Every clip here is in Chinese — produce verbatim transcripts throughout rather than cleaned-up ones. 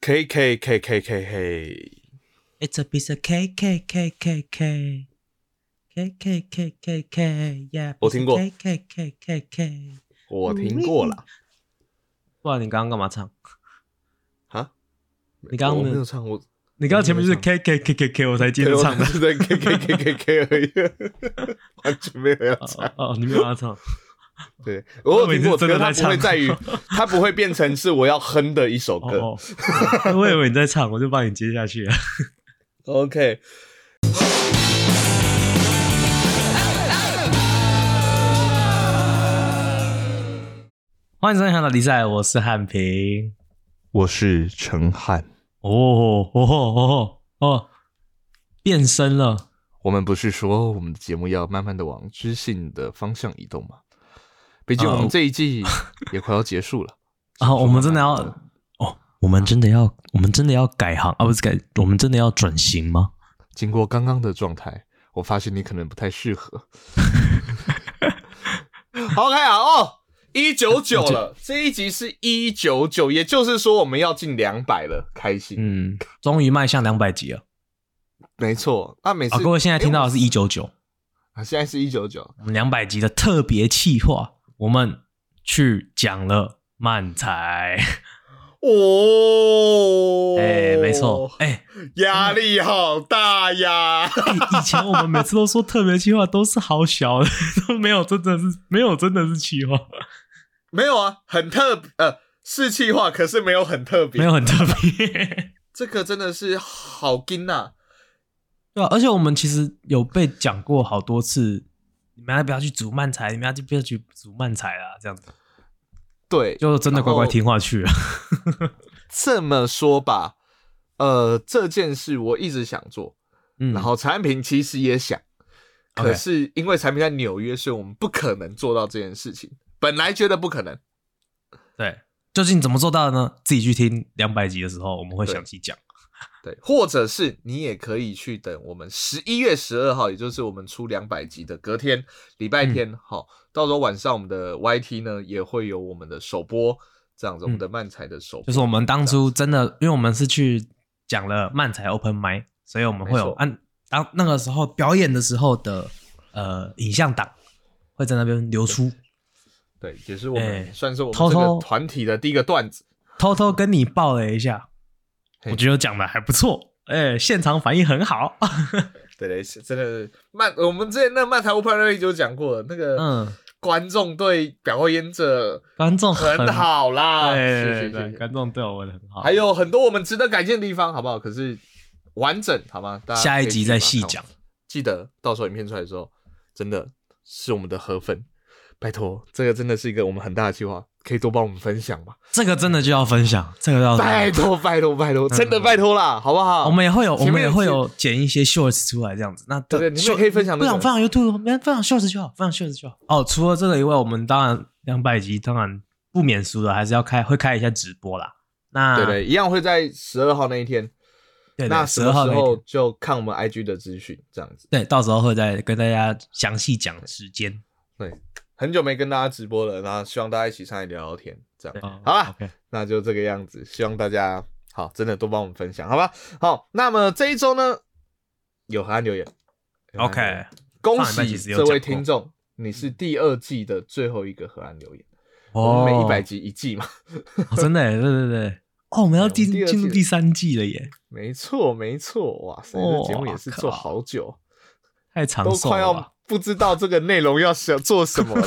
K K K K K K It's a piece of cake, cake, cake, cake, cake, cake, cake, cake, cake, cake, yeah. 我听过 cake, cake, cake, cake, cake。 我听过啦。 不然你刚刚干嘛唱？ 啊？ 你刚刚我没有唱，我你刚刚前面就是 K K K K K， 我才接着唱的。 是在 K K K K K 而已，完全没有要唱。 哦，哦你没有要唱。 对，我有听过， 真的它不会在于，它不会变成是我要哼的一首歌。 哦哦、我以为你在唱，我就帮你接下去了。 OK。 欢迎收看到比赛，我是汉平， 我是陈汉。 哦哦哦哦，变身了。 我们不是说我们的节目要慢慢的往知性的方向移动吗？毕竟我们这一季也快要结束了啊！我们真的要哦，我们真的要，我们真的要改行啊？不是改，我们真的要转型吗？ 经过刚刚的状态，我发现你可能不太适合。好开啊！哦，一九九了，这一集是一九九，也就是说我们要进两百了，开心。 嗯，终于迈向两百集了。 没错，啊，每次、 啊、各位现在听到的是一九九， 啊，现在是一九九， 我们两百集的特别企划。我们去讲了漫才哦， 哎、欸，没错，哎、欸， 压力好大呀！ 欸、以前我们每次都说特别企划都是好小的，都没有真的是没有真的是企划， 没有啊，很特呃是企划，可是没有很特别， 没有很特别， 这个真的是好劲呐， 对啊，而且我们其实有被讲过好多次。你们要不要去煮漫才？你们要不要去煮漫才啦？这样子， 对， 就真的乖乖听话去了。 这么说吧，呃，这件事我一直想做，嗯、然后产品其实也想，可是因为产品在纽约，所以我们不可能做到这件事情。本来觉得不可能， 对，究竟怎么做到的呢？自己去听两百集的时候，我们会详细讲。 对，或者是你也可以去等我们十一月十二号，也就是我们出两百集的隔天，礼拜天，好、嗯，到时候晚上我们的 Y T 呢也会有我们的首播，这样子，我们的漫才的首播、嗯， 就是我们当初真的，因为我们是去讲了漫才 Open Mic， 所以我们会有按当那个时候表演的时候的呃影像档会在那边流出， 对，也是我们、欸、算是我们偷偷团体的第一个段子， 偷偷跟你报了一下。我觉得讲的还不错，哎、欸，现场反应很好。 对对，真的漫，我们之前那漫才 Open Mic 就讲过了，那个嗯，观众对表演者观众很好啦， 对对对，观众对我们很好， 还有很多我们值得改进的地方，好不好？可是完整好吗？大家下一集再细讲， 记得到时候影片出来的时候，真的是我们的河粉，拜托，这个真的是一个我们很大的计划。可以多帮我们分享吧， 这个真的就要分享，这个要拜托拜托拜托，真的拜托啦，嗯、好不好？ 我们也会有，我们也会有剪一些 shorts 出来，这样子。那对对，你们也可以分享、那個， 不想分享 YouTube， 分享 shorts 就好，分享 shorts 就好。哦，除了这个以外，我们当然两百集当然不免俗的，还是要开会开一下直播啦。那对对，一样会在十二号那一天。 对, 對， 那十二号时候就看我们 I G 的资讯，这样子。 对，到时候会再跟大家详细讲时间。 对。很久没跟大家直播了，然后希望大家一起上来聊聊天，这样、 哦、 好吧、 okay 那就这个样子，希望大家好，真的多帮我们分享，好吧？好，那么这一周呢，有河岸留言 ，OK， 恭喜这位听众，你是第二季的最后一个河岸留言，哦、我们每一百集一季嘛， 哦、真的耶，对对对，哦，我们要进进入第三季了耶， 没错没错，哇塞，哦、这节目也是做好久， 太长寿了吧， 都快要不知道这个内容要想做什么了，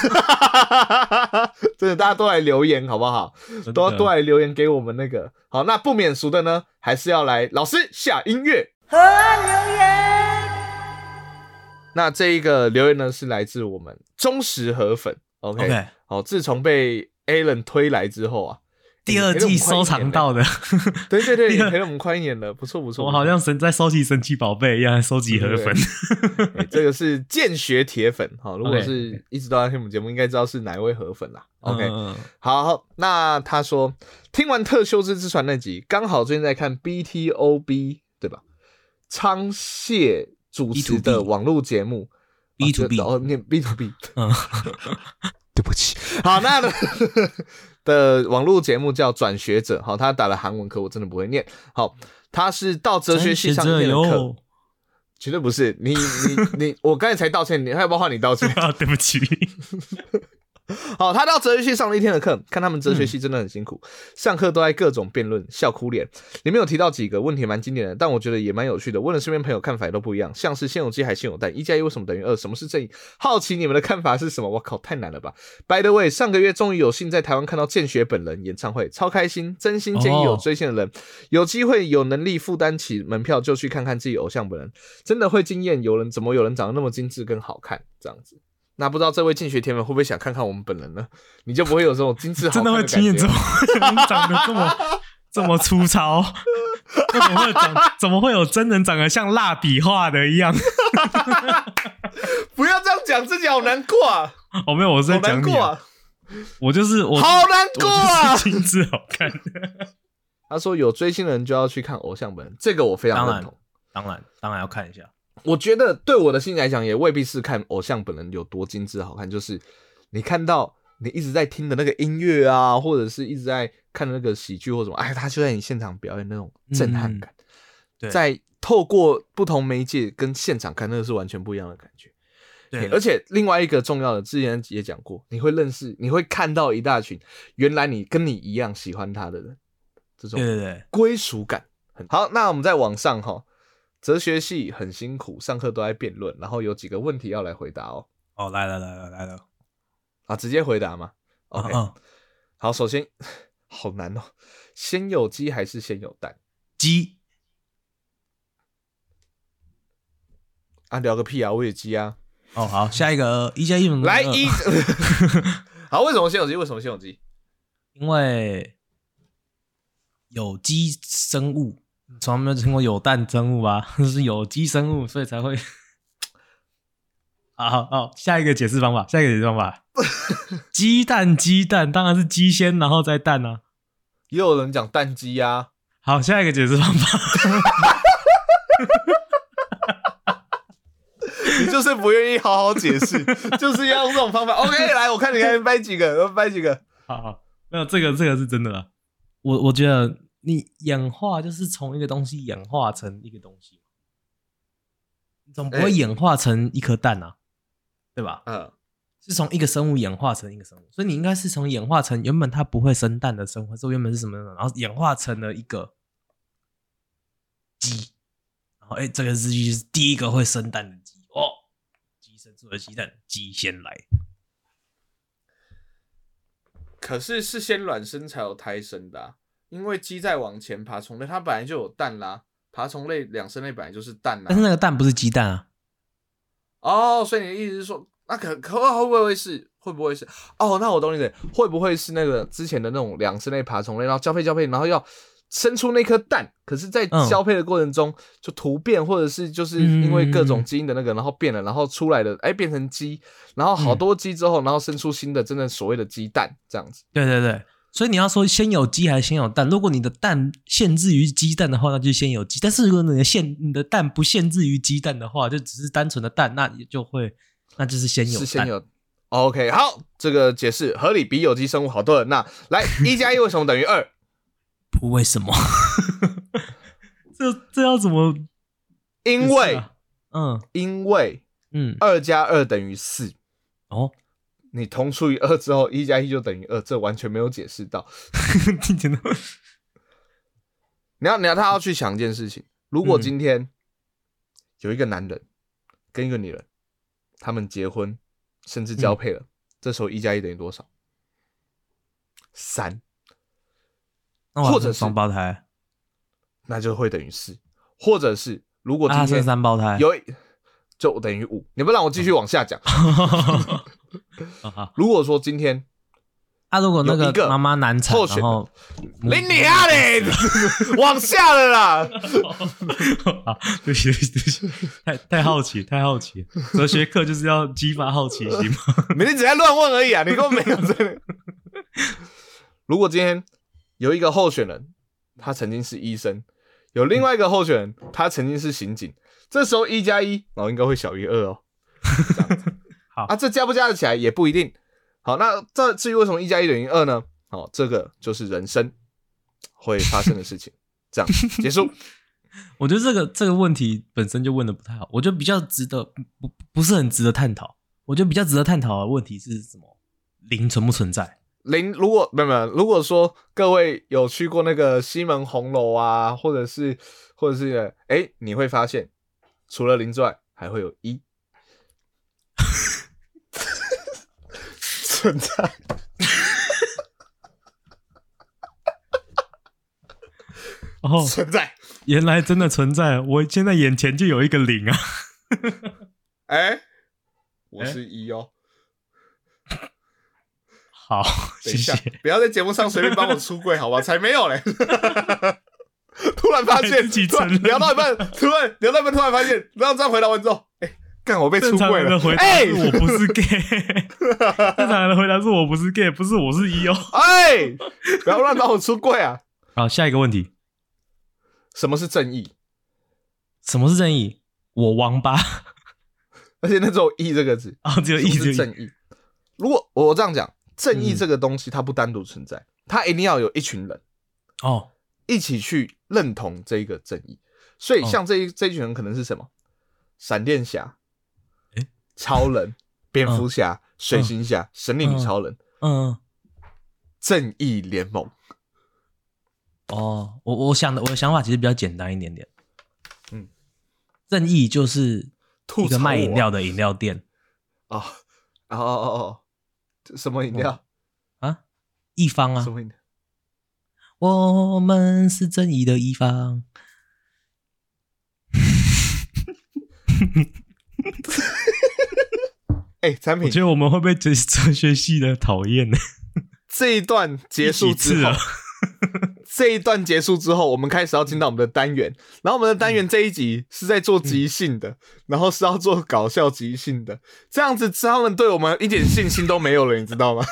真的，大家都来留言好不好？都要多来留言给我们那个好。那不免俗的呢，还是要来老师下音乐。 河岸留言。 那这一个留言呢，是来自我们忠实河粉 ，OK，, okay. 好，自从被 Alan 推来之后啊。 第二季收藏到的， 对对对，你陪了我们快一年了，不错不错。 我好像神在收集神奇宝贝一样，收集河粉。 欸、这个是见学铁粉哈，如果是一直都在听我们节目，应该知道是哪一位河粉啦。OK， 嗯好, 好，那他说听完特修斯之船那集，刚好最近在看 B T O B 对吧？昌燮主持的网络节目 B to B 哦，念 B to B， 嗯。 对不起。好，那的网络节目叫转学者，好，他打了韩文课，我真的不会念。好，他是到哲学系上一天的课，绝对不是你你你，我刚才才道歉，你还要不要换你道歉？ 啊，对不起。 好，他到哲学系上了一天的课，看他们哲学系真的很辛苦，嗯、上课都在各种辩论，笑哭脸。里面有提到几个问题蛮经典的，但我觉得也蛮有趣的。问了身边朋友看法也都不一样，像是先有鸡还是先有蛋，一加一为什么等于二？什么是正义？好奇你们的看法是什么？我靠，太难了吧 ！By the way， 上个月终于有幸在台湾看到建学本人演唱会，超开心！真心建议有追星的人，哦、有机会有能力负担起门票就去看看自己偶像本人，真的会惊艳。有人怎么有人长得那么精致跟好看这样子？那不知道这位进学铁粉会不会想看看我们本人呢？你就不会有这种精致好看的感觉。 真的会惊艳，怎么会长得这么这么粗糙？怎么会长？怎么会有真人长得像蜡笔画的一样？ 不要这样讲，自己好难过啊！ 哦，没有，我是在讲你、啊啊。我就是我， 好难过啊！ 我就是精致好看。 他说有追星的人就要去看偶像本人，这个我非常认同。 当然，当然，当然要看一下。 我觉得对我的心来讲，也未必是看偶像本人有多精致好看，就是你看到你一直在听的那个音乐啊，或者是一直在看的那个喜剧或什么，哎，他就在你现场表演那种震撼感。嗯、对，在透过不同媒介跟现场看，那个是完全不一样的感觉。对，而且另外一个重要的，之前也讲过，你会认识，你会看到一大群原来你跟你一样喜欢他的人，这种归属感很好。那我们再往上哈。哲学系很辛苦，上课都在辩论，然后有几个问题要来回答哦。 哦，来了来了来了， 啊，直接回答吗 ？OK，、嗯嗯、好，首先好难哦，先有鸡还是先有蛋？ 鸡啊，聊个屁啊，我也鸡啊。 哦，好，下一个一加一来一，好，为什么先有鸡？为什么先有鸡？ 因为有机生物。从来没有听过有蛋生物吧？是有机生物，所以才会。好好好，下一个解释方法，下一个解释方法，鸡蛋鸡蛋当然是鸡先，然后再蛋啊。 也有人讲蛋鸡啊。 好，下一个解释方法。 你就是不愿意好好解释，就是要用这种方法。OK， 来，我看你还掰几个，我掰几个。 好好，没有这个，这个是真的啦。我我觉得。你演化就是从一个东西演化成一个东西，你总不会演化成一颗蛋啊，欸、对吧？嗯，是从一个生物演化成一个生物，所以你应该是从演化成原本它不会生蛋的生物，或者原本是什么，然后演化成了一个鸡，然后哎、欸，这个是第一个会生蛋的鸡哦，鸡生出的鸡蛋，鸡先来。 可是是先卵生才有胎生的、啊。因为鸡在往前爬虫类，它本来就有蛋啦。爬虫类两生类本来就是蛋啦。 但是那个蛋不是鸡蛋啊。 哦，所以你的意思是说，那可可会不会是？会不会是？哦，那我懂你的，会不会是那个之前的那种两生类爬虫类，然后交配交配，然后要生出那颗蛋，可是在交配的过程中、嗯、就突变，或者是就是因为各种基因的那个，然后变了，然后出来的哎变成鸡，然后好多鸡之后，然后生出新的真正所谓的鸡蛋这样子。 对对对。所以你要说先有鸡还是先有蛋？如果你的蛋限制于鸡蛋的话，那就先有鸡。但是如果你的限你的蛋不限制于鸡蛋的话，就只是单纯的蛋，那也就会那就是先有蛋。是先有。 OK， 好，这个解释合理，比有机生物好多了。那来一加一为什么等于二？ 不为什么？这这要怎么？ 因为， 啊、嗯， 因为，嗯，二加二等于四。哦。你同除以二之后，一加一就等于二，这完全没有解释到。 真的， 你要你要他要去想一件事情：如果今天有一个男人跟一个女人，他们结婚甚至交配了，嗯、这时候一加一等于多少？三。或者是双胞胎， 那就会等于四。或者是如果今天生三胞胎， 有就等于五。你不让我继续往下讲。如果说今天， 啊，如果那个妈妈难产，然后林你啊嘞，往下了啦。 啊，对不起对不起对不起，太太好奇太好奇，哲学课就是要激发好奇心嘛。 你只在乱问而已啊，你根本没有这个。如果今天有一个候选人，他曾经是医生，有另外一个候选人，他曾经是刑警，这时候一加一，然后应该会小于二哦。这样子。好啊，这加不加得起来也不一定。 好，那这至于为什么一加一等于二呢？好，这个就是人生会发生的事情。这样结束。 我觉得这个这个问题本身就问的不太好，我觉得比较值得不不是很值得探讨。我觉得比较值得探讨的问题是什么？零存不存在？ 零如果没有没有，如果说各位有去过那个西门红楼啊，或者是或者是哎、欸，你会发现除了零之外还会有一存在。 哦， 存在， 原来真的存在，我现在眼前就有一个零啊！ 哎、欸，我是一哦。 好，谢谢。 不要在节目上随便帮我出柜，好吧？才没有嘞！突然发现，突然聊到一半，突然聊到一半，突然发现，然后这样回答完之后，哎、欸，干我被出柜了。 哎、欸，我不是 gay。正常人的回答是我不是 gay， 不是我是一哦。 哎、欸，不要乱帮我出柜啊！ 好，下一个问题。 什么是正义？ 什么是正义？我王八， 而且那只有义这个字哦，只有义是正义。如果我这样讲，正义这个东西它不单独存在，嗯、它一定要有一群人哦一起去认同这一个正义。所以像这一、哦、这一群人可能是什么？闪电侠、 欸、 超人、蝙蝠侠、嗯、水行侠、嗯、神力女超人， 嗯，嗯正义联盟。 哦，我我想的我的想法其实比较简单一点点。 嗯， 正义就是一个卖饮料的饮料店。 哦哦哦哦，什么饮料、 哦、啊？一方啊？ 什么饮料？ 我们是正义的一方。 哎、欸，产品， 我觉得我们会被哲学系的讨厌呢。 这一段结束之后。这一段结束之后，我们开始要进到我们的单元，然后我们的单元这一集是在做即兴的，嗯、然后是要做搞笑即兴的，这样子他们对我们一点信心都没有了，你知道吗？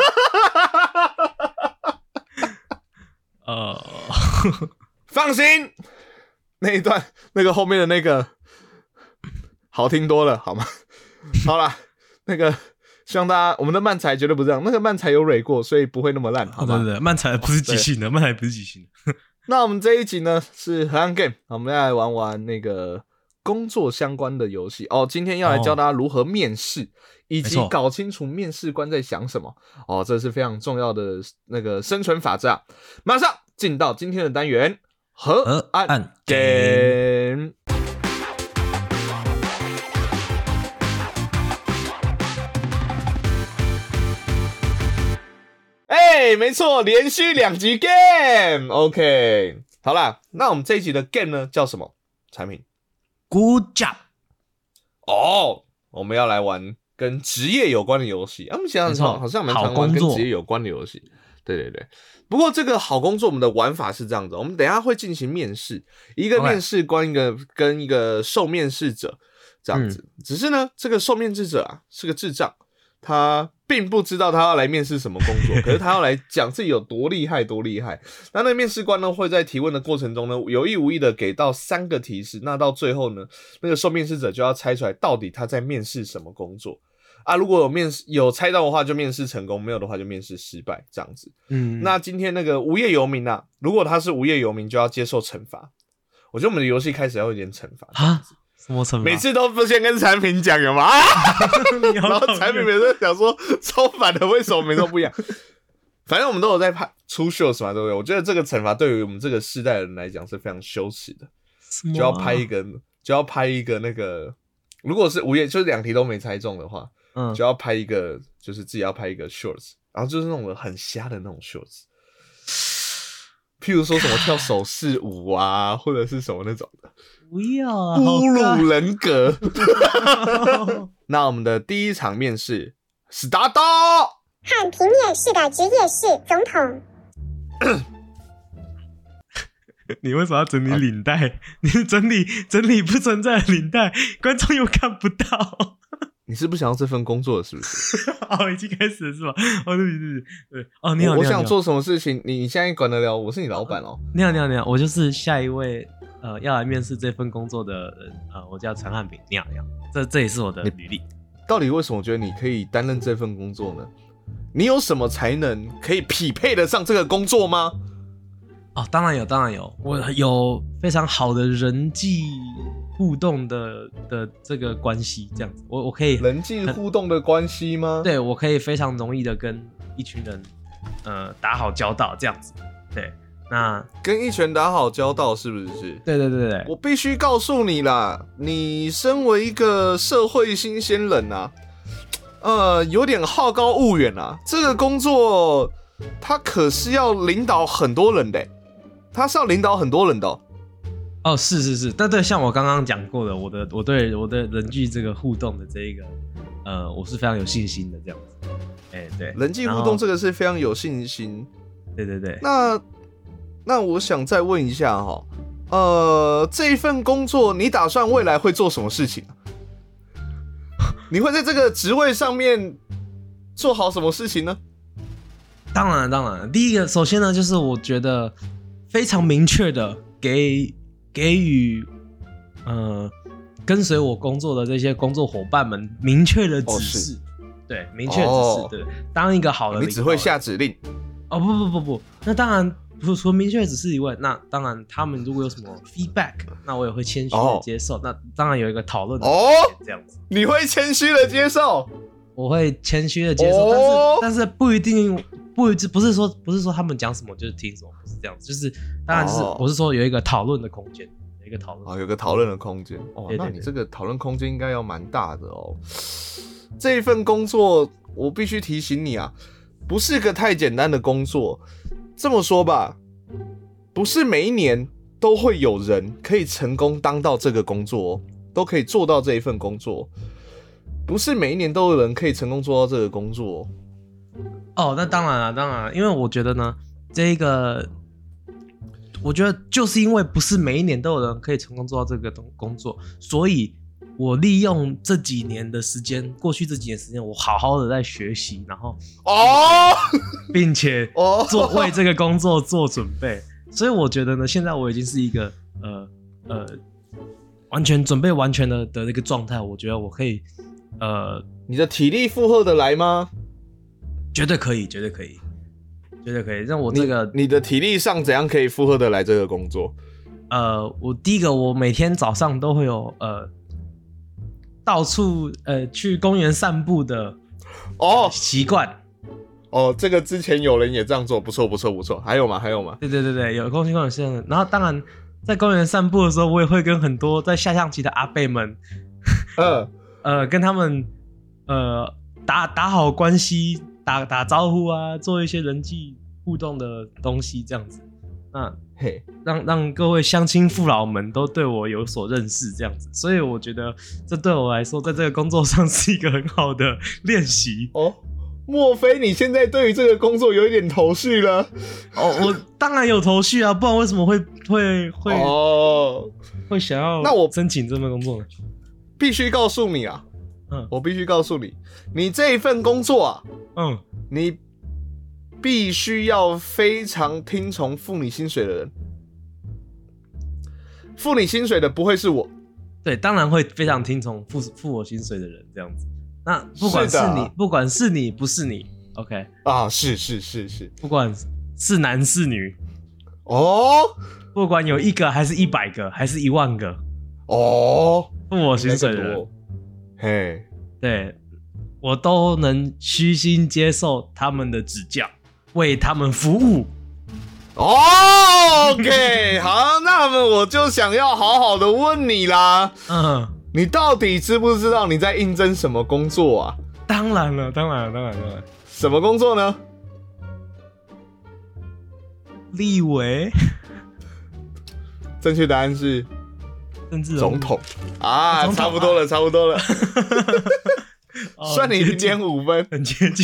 呃，放心，那一段那个后面的那个好听多了，好吗？好啦，那个。希望大家，我们的漫才绝对不是这样，那个漫才有蕊过，所以不会那么烂，好吧？ 对对对，漫才不是即兴的，漫才不是即兴的。 那我们这一集呢是河岸 game， 我们要来玩玩那个工作相关的游戏哦。今天要来教大家如何面试，哦、以及搞清楚面试官在想什么哦，这是非常重要的那个生存法则啊！马上进到今天的单元河岸 game。哎、欸，没错，连续两集 game，OK，、okay. 好啦，那我们这一集的 game 呢叫什么？产品 Good job。 哦，我们要来玩跟职业有关的游戏。啊，我们想想好像蛮常玩跟职业有关的游戏。对对对。不过这个好工作，我们的玩法是这样子，我们等一下会进行面试，一个面试官一个跟一个受面试者这样子。嗯、只是呢，这个受面试者啊是个智障。他并不知道他要来面试什么工作，可是他要来讲自己有多厉害多厉害。那那个面试官呢会在提问的过程中呢有意无意的给到三个提示，那到最后呢那个受面试者就要猜出来到底他在面试什么工作啊。如果有面试有猜到的话就面试成功，没有的话就面试失败这样子。嗯，那今天那个无业游民啊，如果他是无业游民就要接受惩罚。我觉得我们的游戏开始要有点惩罚这样子。 什么惩罚？ 每次都不先跟产品讲有吗？啊、然后产品每次想说超反的，为什么每次都不一样？反正我们都有在拍出秀什么，对不对？我觉得这个惩罚对于我们这个世代的人来讲是非常羞耻的，啊、就要拍一个，就要拍一个那个，如果是无业，就是两题都没猜中的话，嗯，就要拍一个，就是自己要拍一个 shorts， 然后就是那种很瞎的那种 shorts， 譬如说什么跳手势舞啊，或者是什么那种的。 不要啊！ 侮辱人格。那我们的第一场面试 ，start。 和平面试的职业是总统。 你为什么要整理领带？啊、你是整理整理不存在的领带，观众又看不到。 你是不想要这份工作了，是不是？ 哦，已经开始了是吧？哦，对不起对不起，对哦，你好， 我, 我想做什么事情，你你现在管得了？我是你老板哦。 你好，你好，你好，我就是下一位。呃，要来面试这份工作的人，呃，我叫陈汉平，你好，你好，这这也是我的履历。 到底为什么我觉得你可以担任这份工作呢？ 你有什么才能可以匹配得上这个工作吗？ 哦，当然有，当然有，我有非常好的人际互动的的这个关系，这样子，我我可以人际互动的关系吗？ 对，我可以非常容易的跟一群人呃打好交道，这样子。对，那跟一群人打好交道是不是？ 对对对对， 我必须告诉你啦，你身为一个社会新鲜人啊，呃，有点好高骛远啊。这个工作它可是要领导很多人的、欸，它是要领导很多人的、喔。 哦，是是是，但对，像我刚刚讲过的，我的我对我的人际这个互动的这一个，呃，我是非常有信心的这样子。哎、欸，对， 人际互动这个是非常有信心。 对对对。 那那我想再问一下哈，呃，这一份工作你打算未来会做什么事情？你会在这个职位上面做好什么事情呢？ 当然当然，第一个，首先呢，就是我觉得非常明确的给给予呃跟随我工作的这些工作伙伴们明确的指示，哦、对，明确的指示，哦、对，当一个好的领导人， 你只会下指令。 哦不不不不，那当然除除明确的指示以外，那当然他们如果有什么 feedback， 那我也会谦虚的接受。哦、那当然有一个讨论的空间这样子。你会谦虚的接受？ 我会谦虚的接受，哦、但是但是不一定不不是说不是说他们讲什么就是听什么，不是这样子，就是当然是、哦、我是说有一个讨论的空间，有一个讨论哦，有个讨论的空间哦， 对对对， 那你这个讨论空间应该要蛮大的哦。这一份工作我必须提醒你啊，不是个太简单的工作。这么说吧，不是每一年都会有人可以成功当到这个工作、哦，都可以做到这一份工作。不是每一年都有人可以成功做到这个工作。 哦，那当然了，当然了，因为我觉得呢，这个，我觉得就是因为不是每一年都有人可以成功做到这个工作，所以我利用这几年的时间，过去这几年时间，我好好的在学习，然后哦， 并且做为这个工作做准备。所以我觉得呢，现在我已经是一个呃呃完全准备完全的的一个状态，我觉得我可以。呃， 你的体力负荷得来吗？ 绝对可以，绝对可以，绝对可以。让我这个你, 你的体力上怎样可以负荷得来这个工作？ 呃，我第一个，我每天早上都会有呃到处呃去公园散步的哦习惯。 哦，这个之前有人也这样做，不错不错不错。还有吗？还有吗？ 对对对对，有公园公园是这样的。然后当然在公园散步的时候，我也会跟很多在下象棋的阿伯们，嗯。呃，跟他们呃打打好关系，打打招呼啊，做一些人际互动的东西，这样子，那嘿，让让各位乡亲父老们都对我有所认识，这样子，所以我觉得这对我来说，在这个工作上是一个很好的练习哦。莫非你现在对于这个工作有一点头绪了？ 哦，我当然有头绪啊，不然为什么会会会哦会想要那我申请这份工作呢？ 必须告诉你啊，嗯，我必须告诉你，你这一份工作啊，嗯，你必须要非常听从付你薪水的人，付你薪水的不会是我， 对，当然会非常听从付付我薪水的人这样子。那不管是你，是不管是你不是你 ，OK 啊，是是是是， 不管是男是女， 哦， 不管有一个还是一百个还是一万个， 哦。 付我薪水的人，嘿，对，我都能虚心接受他们的指教，为他们服务。 哦 ，OK， 好，那么我就想要好好的问你啦，嗯，你到底知不知道你在应征什么工作啊？ 当然了，当然了，当然了，当然。 什么工作呢？ 立委。 正确答案是。总统啊， 总统啊， 差不多了，差不多了，算你零点五分， 很接近。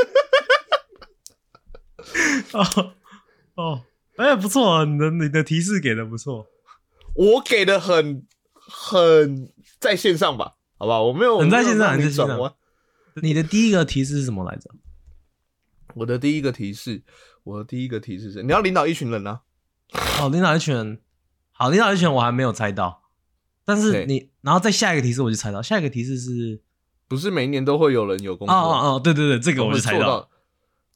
哦哦，哎，不错，你的你的提示给的不错， 我给的很很在线上吧，好吧，我没有很在线上，很在线上。你的第一个提示是什么来着？ 我的第一个提示，我的第一个提示是你要领导一群人啊。 哦，领导一群人，好，领导一群人我还没有猜到。但是你，然后再下一个提示我就猜到，下一个提示是， 不是每一年都会有人有工作？ 哦哦哦，对对对，这个我就猜到，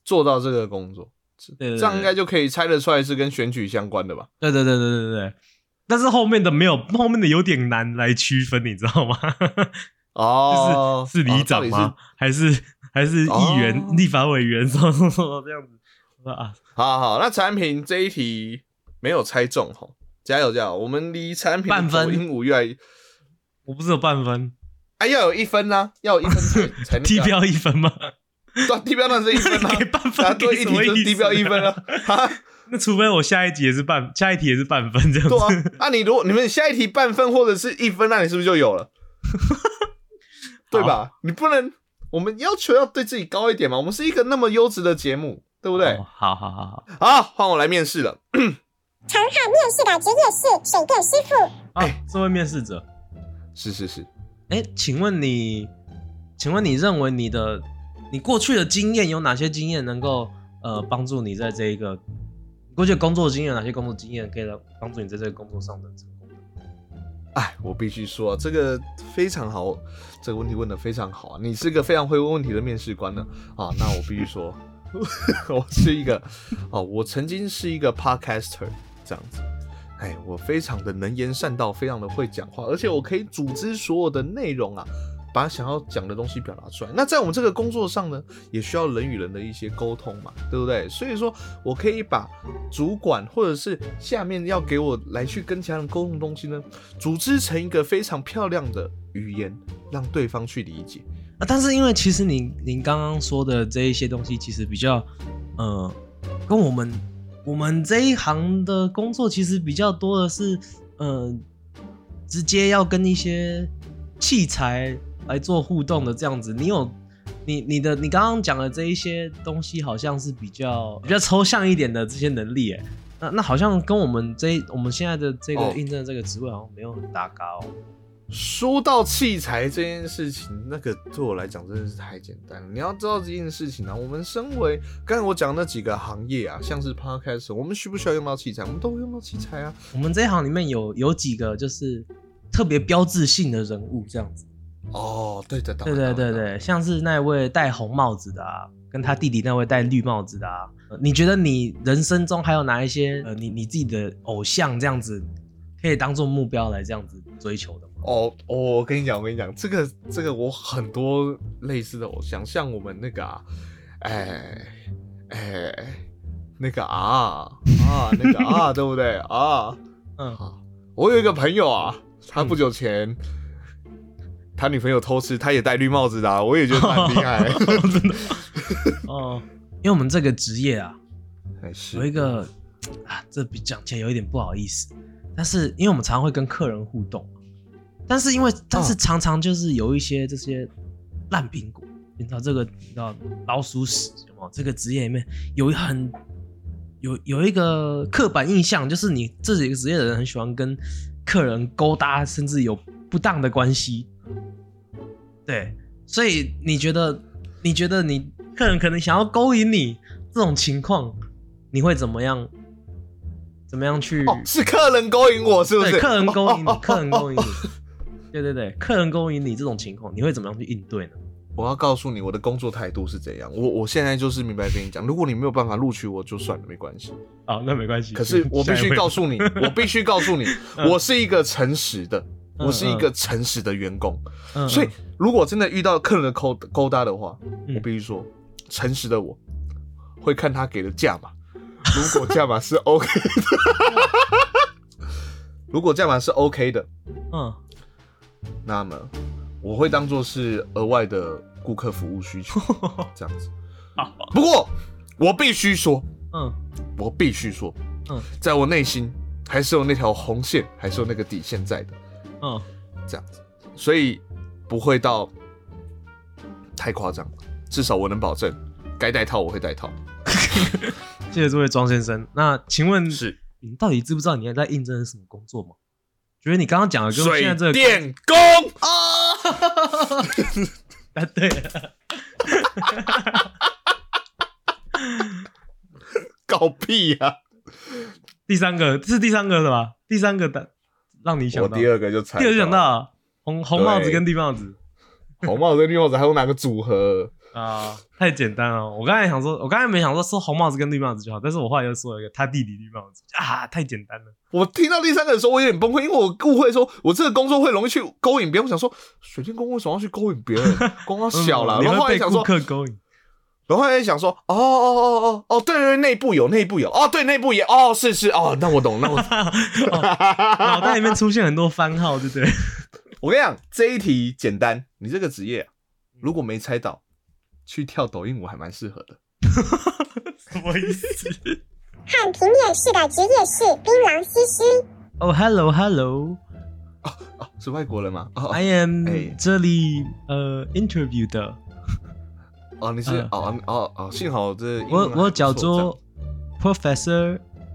做到这个工作， 对对对， 这样应该就可以猜得出来是跟选举相关的吧？ 对对对对对对。但是后面的没有，后面的有点难来区分，你知道吗？ 哦， 就是是里长吗？ 哦、 还是还是议员、 哦、 立法委员什么什么这样子啊？ 好好，那陈安平这一题没有猜中哈，加油加油！我们离陈安平的抖音舞越来越， 我不是有半分， 哎、啊，要有一分呢、啊，要有一分才才低标一分吗？ 对，低标那是一分啊， 给半分， 对，一题就是低标一分了。 那除非我下一题也是半，下一题也是半分这样子。 对啊，啊，你如果你们下一题半分或者是一分，那你是不是就有了？对吧？你不能，我们要求要对自己高一点嘛。我们是一个那么优质的节目，对不对？ 哦、好好好好， 好，换我来面试了。 常海面试的职业是水电师傅。 哎、啊，这位面试者， 是是是。 哎，请问你，请问你认为你的你过去的经验有哪些经验能够呃帮助你在这一个过去的工作经验有哪些工作经验可以帮助你在这个工作上的成功？ 哎，我必须说，这个非常好，这个问题问得非常好啊！你是个非常会问问题的面试官呢啊！那我必须说，我是一个哦，我曾经是一个 podcaster 这样子。哎，我非常的能言善道，非常的会讲话，而且我可以组织所有的内容啊，把想要讲的东西表达出来。那在我们这个工作上呢，也需要人与人的一些沟通嘛，对不对？所以说我可以把主管或者是下面要给我来去跟其他人沟通的东西呢，组织成一个非常漂亮的语言，让对方去理解。 啊，但是因为其实您您刚刚说的这一些东西，其实比较呃，跟我们。我们这一行的工作其实比较多的是，呃，直接要跟一些器材来做互动的这样子。你有你你的你刚刚讲的这一些东西，好像是比较比较抽象一点的这些能力，哎，那那好像跟我们这我们现在的这个应征的这个职位好像没有很搭嘎哦。 说到器材这件事情，那个对我来讲真的是太简单了。你要知道这件事情啊，我们身为刚才我讲的那几个行业啊，像是 podcast， 我们需不需要用到器材？我们都会用到器材啊。 我们这一行里面有有几个就是特别标志性的人物这样子。 哦，对的， 对对对对，像是那位戴红帽子的啊，跟他弟弟那位戴绿帽子的啊。呃、你觉得你人生中还有哪一些呃，你你自己的偶像这样子，可以当做目标来这样子追求的吗？ 哦哦，我跟你讲，我跟你讲，这个这个我很多类似的偶像，像我们那个啊，哎哎那个啊啊那个啊，对不对啊？嗯，我有一个朋友啊，他不久前、嗯、他女朋友偷吃，他也戴绿帽子的、啊，我也觉得蛮厉害， 真的。哦，因为我们这个职业啊， 是有一个啊，这比讲起来有一点不好意思，但是因为我们常常会跟客人互动。但是因为，但是常常就是有一些这些烂苹果，你知道这个，你知道老鼠屎有没有？这个职业里面有很有有一个刻板印象，就是你这几个职业的人很喜欢跟客人勾搭，甚至有不当的关系。对，所以你觉得，你觉得你客人可能想要勾引你这种情况，你会怎么样？怎么样去？ 哦，是客人勾引我，是不是？ 对，客人勾引你，客人勾引你。对对对，客人勾引你这种情况，你会怎么样去应对呢？ 我要告诉你，我的工作态度是怎样。我我现在就是明白跟你讲，如果你没有办法录取我，就算了，没关系。 好，那没关系。 可是我必须告诉你，我必须告诉你，我是一个诚实的，嗯、我是一个诚实的员工。嗯、所以，如果真的遇到客人的勾勾搭的话，嗯、我必须说，诚实的我会看他给的价码。如果价码是 OK 的，如果价码是 OK 的，嗯。那么我会当作是额外的顾客服务需求，这样子。不过我必须说，嗯，我必须说，嗯，在我内心还是有那条红线，还是有那个底线在的，嗯，这样子，所以不会到太夸张，至少我能保证，该戴套我会戴套。 谢谢这位庄先生。那请问， 是你到底知不知道你在应征的是什么工作吗？觉得你刚刚讲的跟现在这个水电工啊，答对了， 搞屁呀、啊！ 第三个是第三个是吧？第三个的让你想到， 我第二个就猜， 第二个想到红红帽子跟绿帽子， 红帽子跟绿帽子还有哪个组合？ 啊，太简单了。我刚才想说，我刚才没想说说红帽子跟绿帽子就好，但是我后来又说了一个他弟弟绿帽子啊，太简单了。 我听到第三个的时候，我有点崩溃，因为我误会说我这个工作会容易去勾引别人。我想说，水电工为什么要去勾引别人？光光小了， 嗯、 然后后来想说， 顾客勾引。 然后后来想说，哦哦哦哦哦，对对对，内部有，内部有，哦对，内部也，哦是是，哦那我懂，那我懂。 哦、脑袋里面出现很多番号，对不对？ 我跟你讲，这一题简单，你这个职业、啊、如果没猜到，去跳抖音舞还蛮适合的。 什么意思？ 和平面试的职业是槟榔西施。 哦、oh, ，hello hello， 哦哦，是外国人吗？哦 ，I am、 欸、 这里呃 interview 的。 哦，你是、呃、哦哦哦，幸好这我我叫做 Professor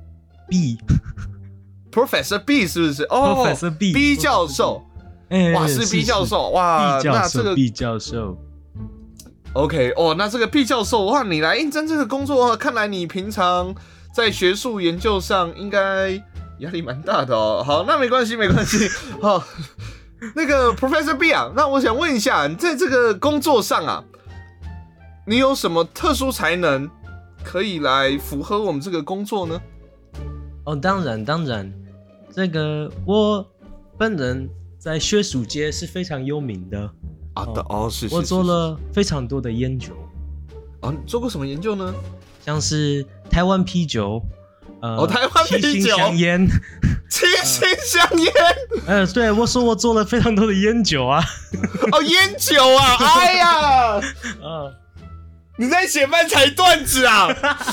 B。Professor B 是不是？哦 ，Professor B B 教授。欸、哇，是 B 教授哇，那这个 B 教授 ，OK 哦，那这个 B 教授哇，你来应征这个工作，看来你平常在学术研究上应该压力蛮大的哦。好，那没关系，没关系。好，那个 Professor B 啊，那我想问一下，你在这个工作上啊，你有什么特殊才能可以来符合我们这个工作呢？ 哦，当然，当然，这个我本人。在学术界是非常有名的啊的哦，是是， 我做了非常多的研究。 啊，你做过什么研究呢？ 像是台湾啤酒，呃， 哦，台湾啤酒， 七星香烟， 七星香烟， 呃，对，我说我做了非常多的烟酒啊。 哦，烟酒啊，哎呀， 呃， 你在写漫才段子啊？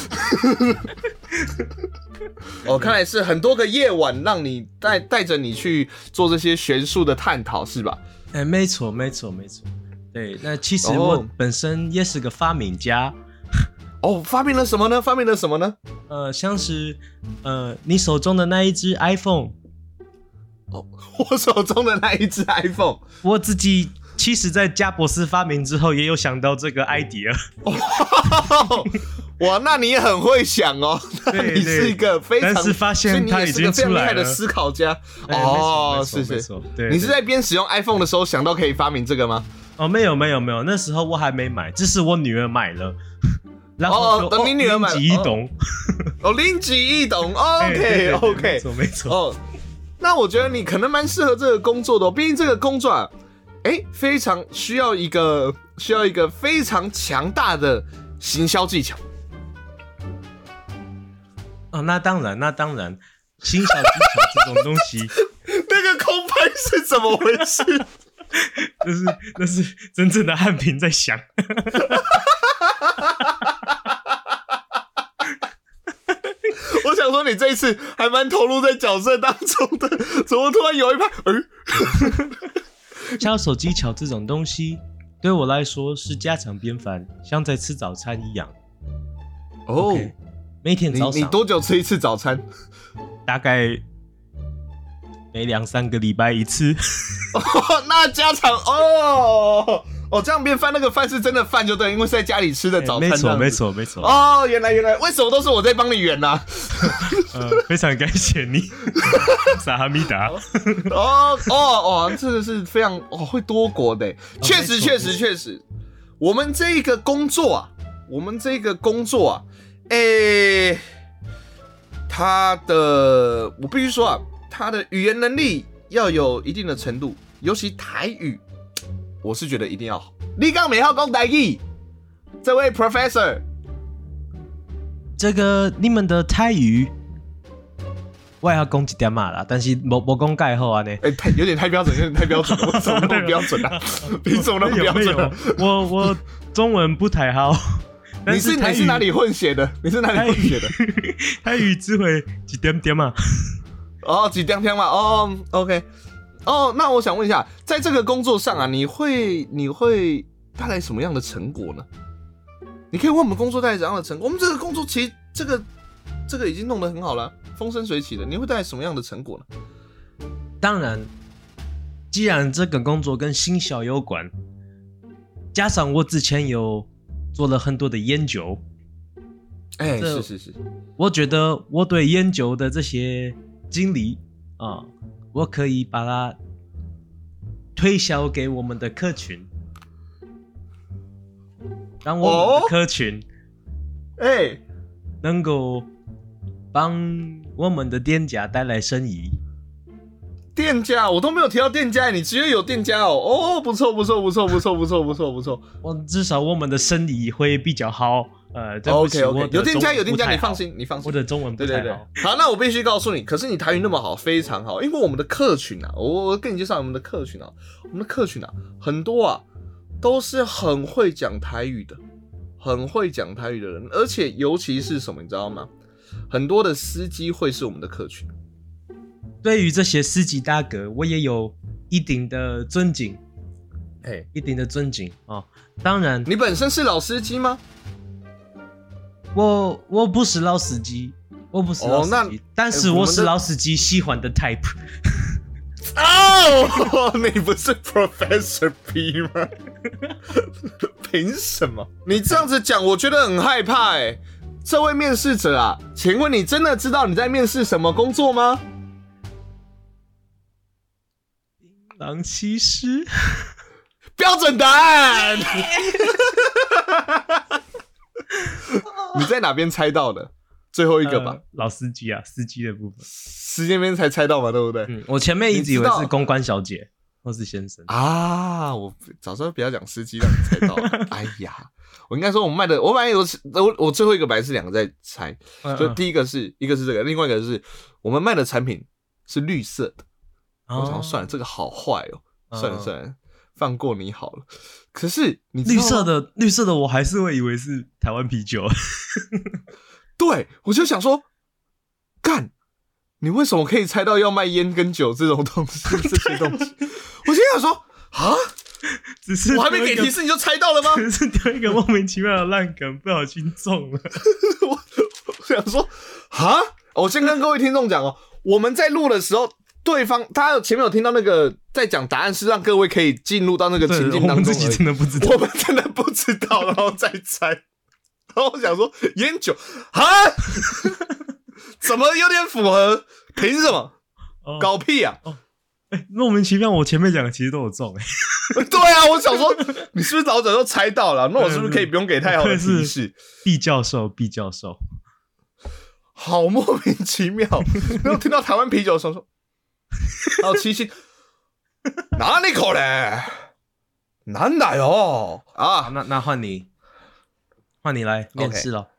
哦，看来是很多个夜晚让你带带着你去做这些学术的探讨，是吧？ 哎、欸，没错，没错，没错。对，那其实我本身也是个发明家。 哦，发明了什么呢？发明了什么呢？ 呃，像是呃，你手中的那一只 iPhone。 哦，我手中的那一只 iPhone， 我自己其实在贾博士发明之后，也有想到这个 idea。 哦哇，那你也很会想哦，那你是一个非常， 但是发现他已经出来了， 非常厉害的思考家、欸、哦，是是，对，你是在边使用 iPhone 的时候想到可以发明这个吗？ 哦，没有没有没有，那时候我还没买，这是我女儿买了，然后就哦，等你女儿买， 灵机一动， 哦，灵机一动 ，OK OK， 没错没错， 哦，那我觉得你可能蛮适合这个工作的、哦，毕竟这个工作啊，哎、欸，非常需要一个需要一个非常强大的行销技巧。 哦，那当然，那当然，行销技巧这种东西， 那个空拍是怎么回事？ 那是那是真正的汉平在想。 我想说，你这一次还蛮投入在角色当中的，怎么突然有一拍？ 呃，销售技巧这种东西，对我来说是家常便饭，像在吃早餐一样。 哦。 Okay, 每天早上你, 你多久吃一次早餐？ 大概每两三个礼拜一次。 哦，那家常哦哦，这样变饭那个饭是真的饭就对，因为是在家里吃的早餐。 欸、没错没错没错。 哦，原来原来，为什么都是我在帮你圆呢、啊？ 呃，非常感谢你，萨哈米达。 哦哦哦，这个是非常哦会多国的，确实确实确实，我们这个工作啊，我们这个工作啊。诶、欸，他的我必须说啊，他的语言能力要有一定的程度，尤其台语，我是觉得一定要好。你刚没好讲台语，这位 Professor， 这个你们的台语，我也要讲一点嘛啦，但是没没讲介好啊呢。 哎、欸，太有点太标准，有点太标准了，为什么那么标准啊？你怎么那么标准啊？ 我我中文不太好。 你是你是哪里混血的？你是哪里混血的？ 台语只会一点点嘛。 哦，几点点嘛。哦 ，OK。哦，那我想问一下，在这个工作上啊，你会你会带来什么样的成果呢？你可以为我们工作带来怎样的成果？我们这个工作其实这个这个已经弄得很好了，风生水起的。你会带来什么样的成果呢？ 当然，既然这个工作跟行销有关，加上我之前有做了很多的研究， 哎、欸，是是是， 我觉得我对研究的这些经历啊，我可以把它推销给我们的客群。 让我们的客群， 哎、哦欸， 能够帮我们的店家带来生意。 店家，我都没有提到店家，你直接有店家哦，哦，不错不错不错不错不错不错不错， 我至少我们的生意会比较好。呃 ，OK OK， 有店家有店家，你放心你放心， 我的中文不太好。对对对，好，那我必须告诉你，可是你台语那么好，非常好，因为我们的客群啊，我我跟你介绍我们的客群啊，我们的客群啊，很多啊都是很会讲台语的，很会讲台语的人，而且尤其是什么，你知道吗？很多的司机会是我们的客群。 对于这些司机大哥，我也有一定的尊敬， 哎， 一定的尊敬啊、哦。当然， 你本身是老司机吗？ 我我不是老司机，我不是老司机，哦、但是我是老司机喜欢的 type。 哦，你不是 Professor P 吗？凭什么？你这样子讲，我觉得很害怕哎、欸。这位面试者啊，请问你真的知道你在面试什么工作吗？ 槟榔西施， 标准答案。你在哪边猜到的？最后一个吧。 呃、老司机啊，司机的部分， 时间边才猜到嘛，对不对？ 嗯，我前面一直以为是公关小姐或是先生啊，我早知道不要讲司机，让你猜到了。哎呀，我应该说我们卖的，我本来有我我最后一个本来是两个在猜，嗯嗯所以第一个是一个是这个，另外一个是我们卖的产品是绿色的。哦、我想算了，这个好坏哦，算了算了。嗯放过你好了，可是你知道绿色的绿色的，我还是会以为是台湾啤酒。 对，我就想说，干，你为什么可以猜到要卖烟跟酒这种东西？这些东西，我心想说，啊， 只是我还没给提示你就猜到了吗？ 只是丢一个莫名其妙的烂梗，不小心中了。 我, 我想说，啊，我先跟各位听众讲哦，我们在录的时候。对方，他前面有听到那个在讲答案，是让各位可以进入到那个情境当中。我们自己真的不知道， 我们真的不知道，然后再猜。然后我想说，烟酒啊，怎么有点符合？凭什么？哦、搞屁啊！ 哦，哎、欸，莫名其妙，我前面讲的其实都有中哎、 欸。对啊，我想说，你是不是早早就猜到了？那我是不是可以不用给太好的提示？ 毕教授，毕教授， 好莫名其妙。然后听到台湾啤酒的时候说。还有七星，哪里可能？难打哟啊！ 那那换你，换你来面试了。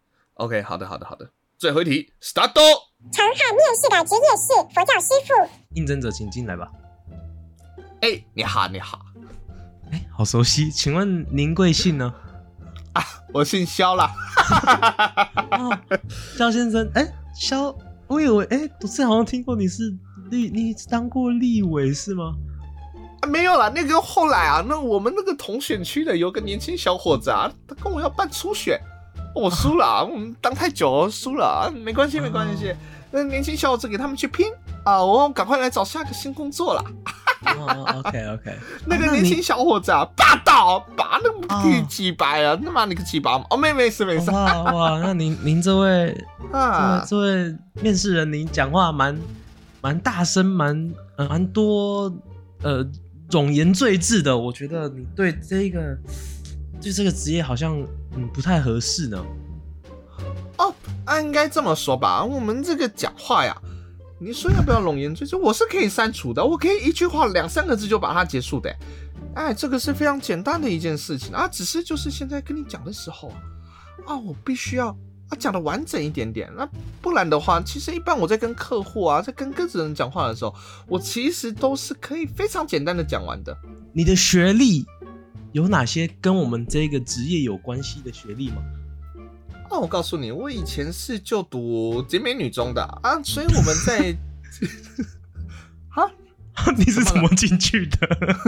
OK， 好的，好的，好的。最后一题 ，Start。 长汉面试的职业是佛教师傅。 应征者请进来吧。 哎、欸，你好，你好。 哎、欸，好熟悉，请问您贵姓呢？ 啊，我姓肖啦。 哦，肖先生，哎、欸，肖，我以为，哎、欸，我之前好像听过你是。你你当过立委是吗？ 啊，没有啦，那个后来啊，那我们那个同选区的有个年轻小伙子啊，他跟我要办初选，我输了、啊，我们当太久输了、啊，没关系没关系，那、哦、年轻小伙子给他们去拼啊，我赶快来找下个新工作啦。 哦 ，OK OK， 那个年轻小伙子啊，霸道，把那个几百啊，那么你个几百哦，没没事没事。 哇哇，那您您这位啊，这位面试人，您讲话蛮。蛮大声，蛮呃蛮多呃冗言赘字的，我觉得你对这个对这个职业好像嗯不太合适呢。 哦，啊，应该这么说吧，我们这个讲话呀，你说要不要冗言赘字，我是可以删除的，我可以一句话两三个字就把它结束的。哎，这个是非常简单的一件事情啊，只是就是现在跟你讲的时候啊，我必须要。啊，讲的完整一点点，那不然的话，其实一般我在跟客户啊，在跟各种人讲话的时候，我其实都是可以非常简单的讲完的。 你的学历有哪些跟我们这个职业有关系的学历吗？ 啊，我告诉你，我以前是就读景美女中的啊，所以我们在啊，你是怎么进去的？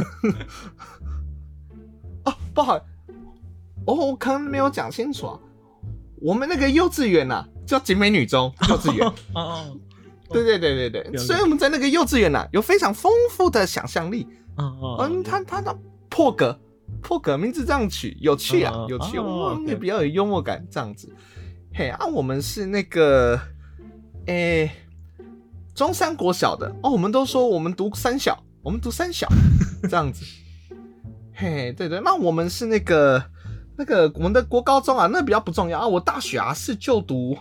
哦，不好，哦，我可能没有讲清楚啊。我们那个幼稚园啊，叫景美女中幼稚园。哦，对对对对对，所以我们在那个幼稚园啊，有非常丰富的想象力。哦嗯，他他的破格破格名字这样取，有趣啊，有趣，我们也比较有幽默感这样子。嘿啊，我们是那个，诶、欸，中山国小的哦，我们都说我们读三小，我们读三小这样子。嘿，对对，那我们是那个。 那个我们的国高中啊，那比较不重要啊。我大学啊是就读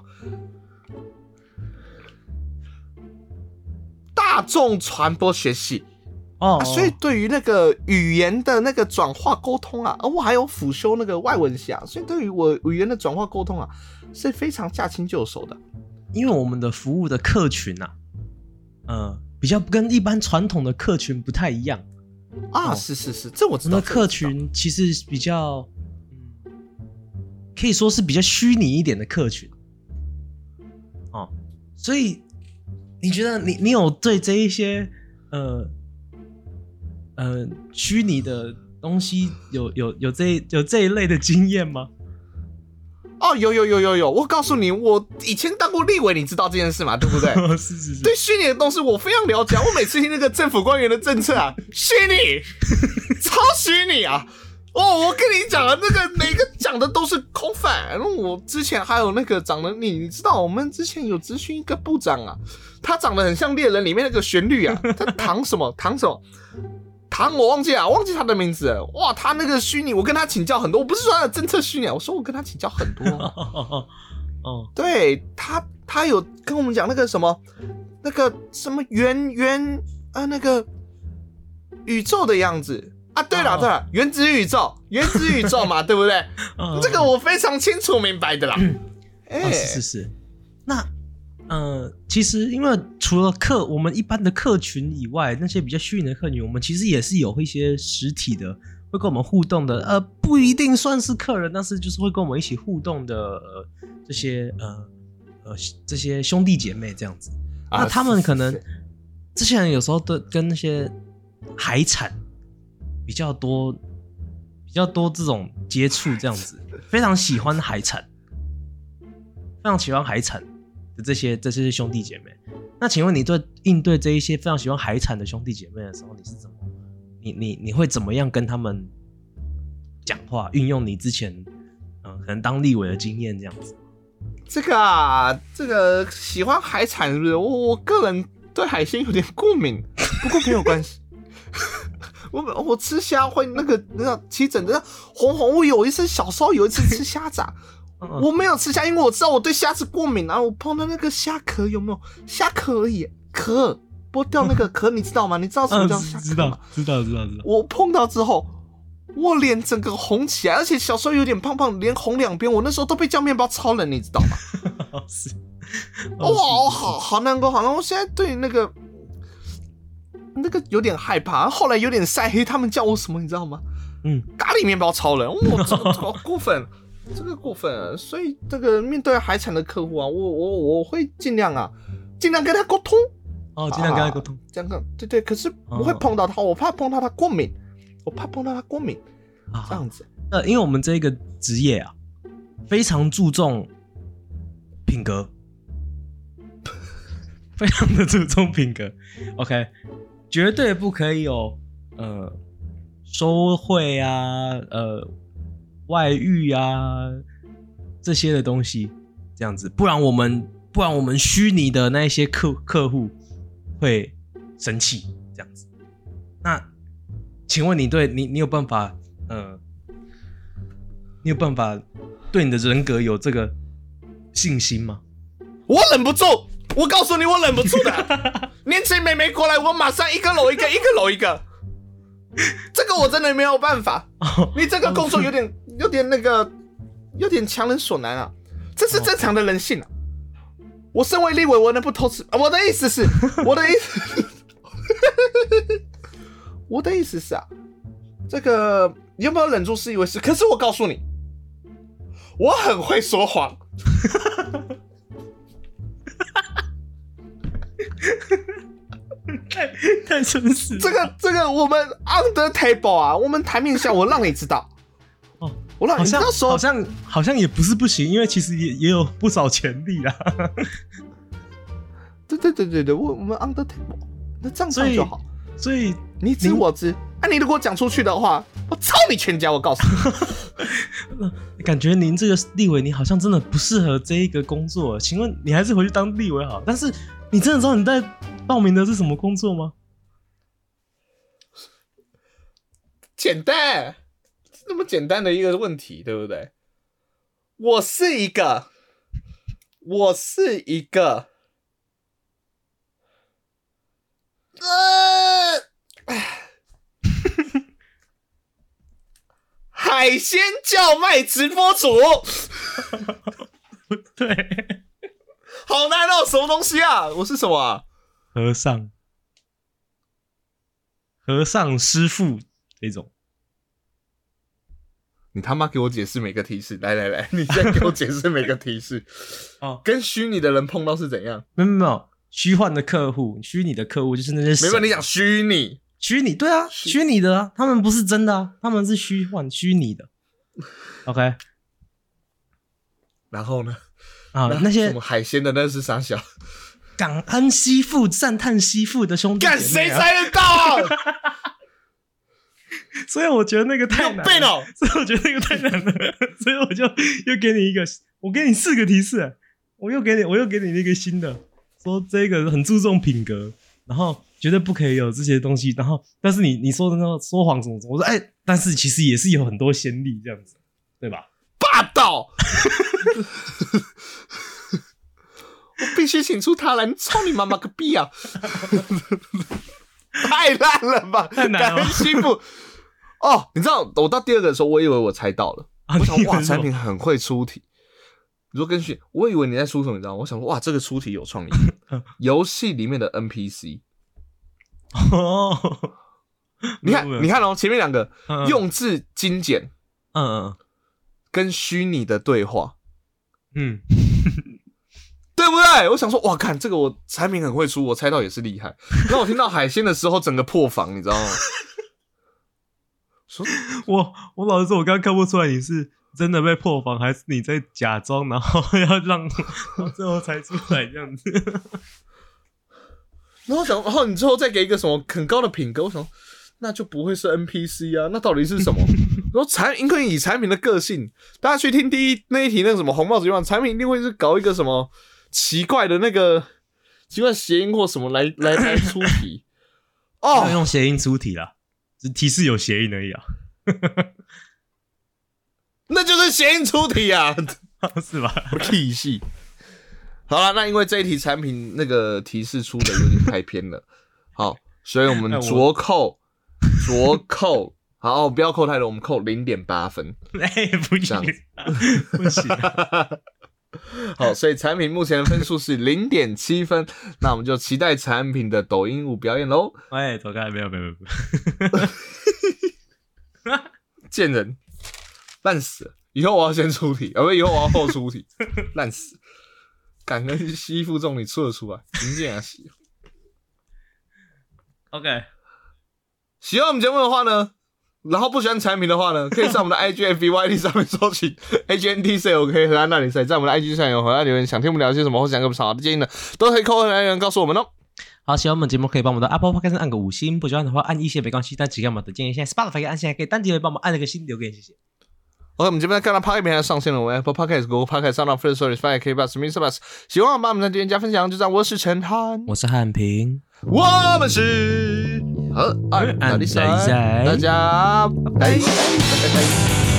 大众传播学系。哦、啊，所以对于那个语言的那个转化沟通啊，而我还有辅修那个外文系啊，所以对于我语言的转化沟通啊，是非常驾轻就熟的。 因为我们的服务的客群啊，呃，比较跟一般传统的客群不太一样啊。哦、是是是，这我知道。 那客群其实比较，嗯，可以说是比较虚拟一点的客群。哦，所以你觉得你你有对这一些呃？呃，虚拟的东西有有有这有这一类的经验吗？ 哦，有有有有有，我告诉你，我以前当过立委，你知道这件事吗？对不对？ 是是是。 对虚拟的东西我非常了解，我每次听那个政府官员的政策啊，虚拟，超虚拟啊！哦，我跟你讲啊，那个每个讲的都是空泛。我之前还有那个长得你你知道，我们之前有咨询一个部长啊，他长得很像猎人里面那个旋律啊，他唐什么唐什么。唐我忘记了，忘记他的名字了。哇，他那个虚拟，我跟他请教很多。我不是说他的政策虚拟，我说我跟他请教很多。哦，对他，他有跟我们讲那个什么，那个什么原原啊，那个宇宙的样子啊。对了对了，原子宇宙，原子宇宙嘛，对不对？这个我非常清楚明白的啦。 哎、欸哦，是是是，那。呃，其实因为除了客我们一般的客群以外，那些比较虚拟的客群，我们其实也是有一些实体的会跟我们互动的，呃，不一定算是客人，但是就是会跟我们一起互动的，呃，这些呃呃这些兄弟姐妹这样子。啊、那他们可能这些人有时候都跟那些海产比较多，比较多这种接触，这样子，非常喜欢海产，非常喜欢海产。这些这些兄弟姐妹，那请问你对应对这一些非常喜欢海产的兄弟姐妹的时候，你是怎么，你你你会怎么样跟他们讲话？运用你之前嗯、呃、可能当立委的经验这样子。 这个啊，这个喜欢海产是不是？我我个人对海鲜有点过敏，不过没有关系。我我吃虾会那个那个起疹子红红。我有一次小时候有一次吃虾子。我没有吃虾，因为我知道我对虾子过敏啊。我碰到那个虾壳有没有虾壳而已，壳剥掉那个壳，你知道吗？你知道什么叫虾壳吗？ 知道，知道，知道，知道。 我碰到之后，我脸整个红起来，而且小时候有点胖胖，脸红两边。我那时候都被叫面包超人，你知道吗？ 是。 哇，我好好难过，好难过。我现在对那个那个有点害怕。后来有点晒黑，他们叫我什么，你知道吗？嗯，咖喱面包超人。我这个好过分。这个过分了，所以这个面对海产的客户啊，我我我会尽量啊，尽量跟他沟通哦，尽量跟他沟通，啊、 这样对对，可是不会碰到他，哦、我怕碰到他过敏，我怕碰到他过敏，啊、这样子。 呃，因为我们这个职业啊，非常注重品格，非常的注重品格 ，OK， 绝对不可以有呃收贿啊，呃。外遇啊，这些的东西，这样子，不然我们不然我们虚拟的那一些客客户会生气，这样子。那请问你对你你有办法，呃，你有办法对你的人格有这个信心吗？ 我忍不住，我告诉你，我忍不住的。年轻妹妹过来，我马上一个搂一个，一个搂一个。这个我真的没有办法，你这个工作有点有点那个有点强人所难啊，这是正常的人性啊。我身为立委，我能不偷吃？我的意思是，我的意思，我的意思是啊，这个你有没有忍住是一回事？可是我告诉你，我很会说谎。 太太真实了。 这个这个我们 under table 啊，我们台面下我让你知道。 哦， 我让你知道说， 好像好像也不是不行，因为其实也也有不少潜力啦。 对对对对对，我我们 under table， 那这样子就好。 所以你知我知，啊，你如果讲出去的话，我操你全家！我告诉你，感觉您这个立委，你好像真的不适合这一个工作。请问你还是回去当立委好？但是你真的知道你在报名的是什么工作吗？ 简单， 那么简单的一个问题，对不对？我是一个，我是一个，呃，海鲜叫卖直播主。 对， 好难哦，什么东西啊？我是什么啊？ 和尚，和尚师傅这种。 你他妈给我解释每个提示，来来来，你先给我解释每个提示。 哦， 跟虚拟的人碰到是怎样？ 没有没有，虚幻的客户，虚拟的客户就是那些神。 没有，你讲虚拟， 虚拟对啊，虚拟的啊，他们不是真的啊，他们是虚幻虚拟的。OK， 然后呢？ 啊，那些什么海鲜的那是啥小？ 感恩惜父、赞叹惜父的兄弟姐妹、啊， 干谁猜得到啊？ 所以我觉得那个太难了， 有病哦！ 所以我觉得那个太难了，所以我就又给你一个，我给你四个提示，我又给你，我又给你一个新的，说这个很注重品格，然后绝对不可以有这些东西，然后但是你你说的那个说谎什么什么，我说哎、欸，但是其实也是有很多先例这样子，对吧？ 霸道！我必须请出他来，你操你妈妈个逼啊！太烂了吧！ 太难了。 感恩媳妇哦，你知道我到第二个的时候，我以为我猜到了， 啊、 我想哇，产品很会出题。你说跟训，我以为你在出什么，你知道吗？我想说哇，这个出题有创意。游戏里面的 N P C， 哦， 你看，你看哦，前面两个、 嗯、 用字精简， 嗯嗯， 跟虚拟的对话， 嗯。 对不对？我想说，哇，看这个我产品很会出，我猜到也是厉害。那我听到海鲜的时候，整个破防，你知道吗？说我我老实说，我刚刚看不出来你是真的被破防，还是你在假装，然后要让，然后最后才出来这样子。 然后我想，然后你最后再给一个什么很高的品格，我想那就不会是 N P C 啊，那到底是什么？然后产，因为以产品的个性，大家去听第一那一题那个什么红帽子冤枉，产品一定会是搞一个什么。奇怪的那个奇怪谐音或什么来来来出题哦， 要用谐音出题啦，只提示有谐音而已啊， 那就是谐音出题啊， 是吧？ 屁戏。好了，那因为这一题产品那个提示出的有点太偏了，好，所以我们着扣着扣，好，不要扣太多，我们扣 零点八 分。 哎、欸，不行，不行。 好，所以产品目前的分数是 零点七 分，那我们就期待产品的抖音舞表演咯。 哎，走开，没有没有没有， 贱人，烂死了！以后我要先出题，啊不，以后我要后出题，烂死！感恩媳妇中你出得出来，真贱啊媳。 OK， 喜欢我们节目的话呢？然后不喜欢产品的话呢，可以上我们的 I G F B Y T 上面搜寻 H N T C O K 河岸那里赛，在我们的 I G 上有河岸留言，想听我们聊些什么，或想给我们好的建议呢，都可以扣河岸留言告诉我们哦。 好，喜欢我们节目可以帮我们的 Apple Podcast 按个五星，不喜欢的话按一星没关系，但只要我们的建议，现在 Spotify 可以按下，可以单击帮我们按那个星留言，谢谢。 OK， 我们这边看到 Podcast 平台上线了，我们 Apple Podcast、Google Podcast、SoundOn、First Story、Spotify、K B O X、Mr. Bus， 喜欢我们帮我们在留言加分享，就这样。我是陈汉， 我是汉平， 我们是河岸那里赛，大家拜拜拜拜拜。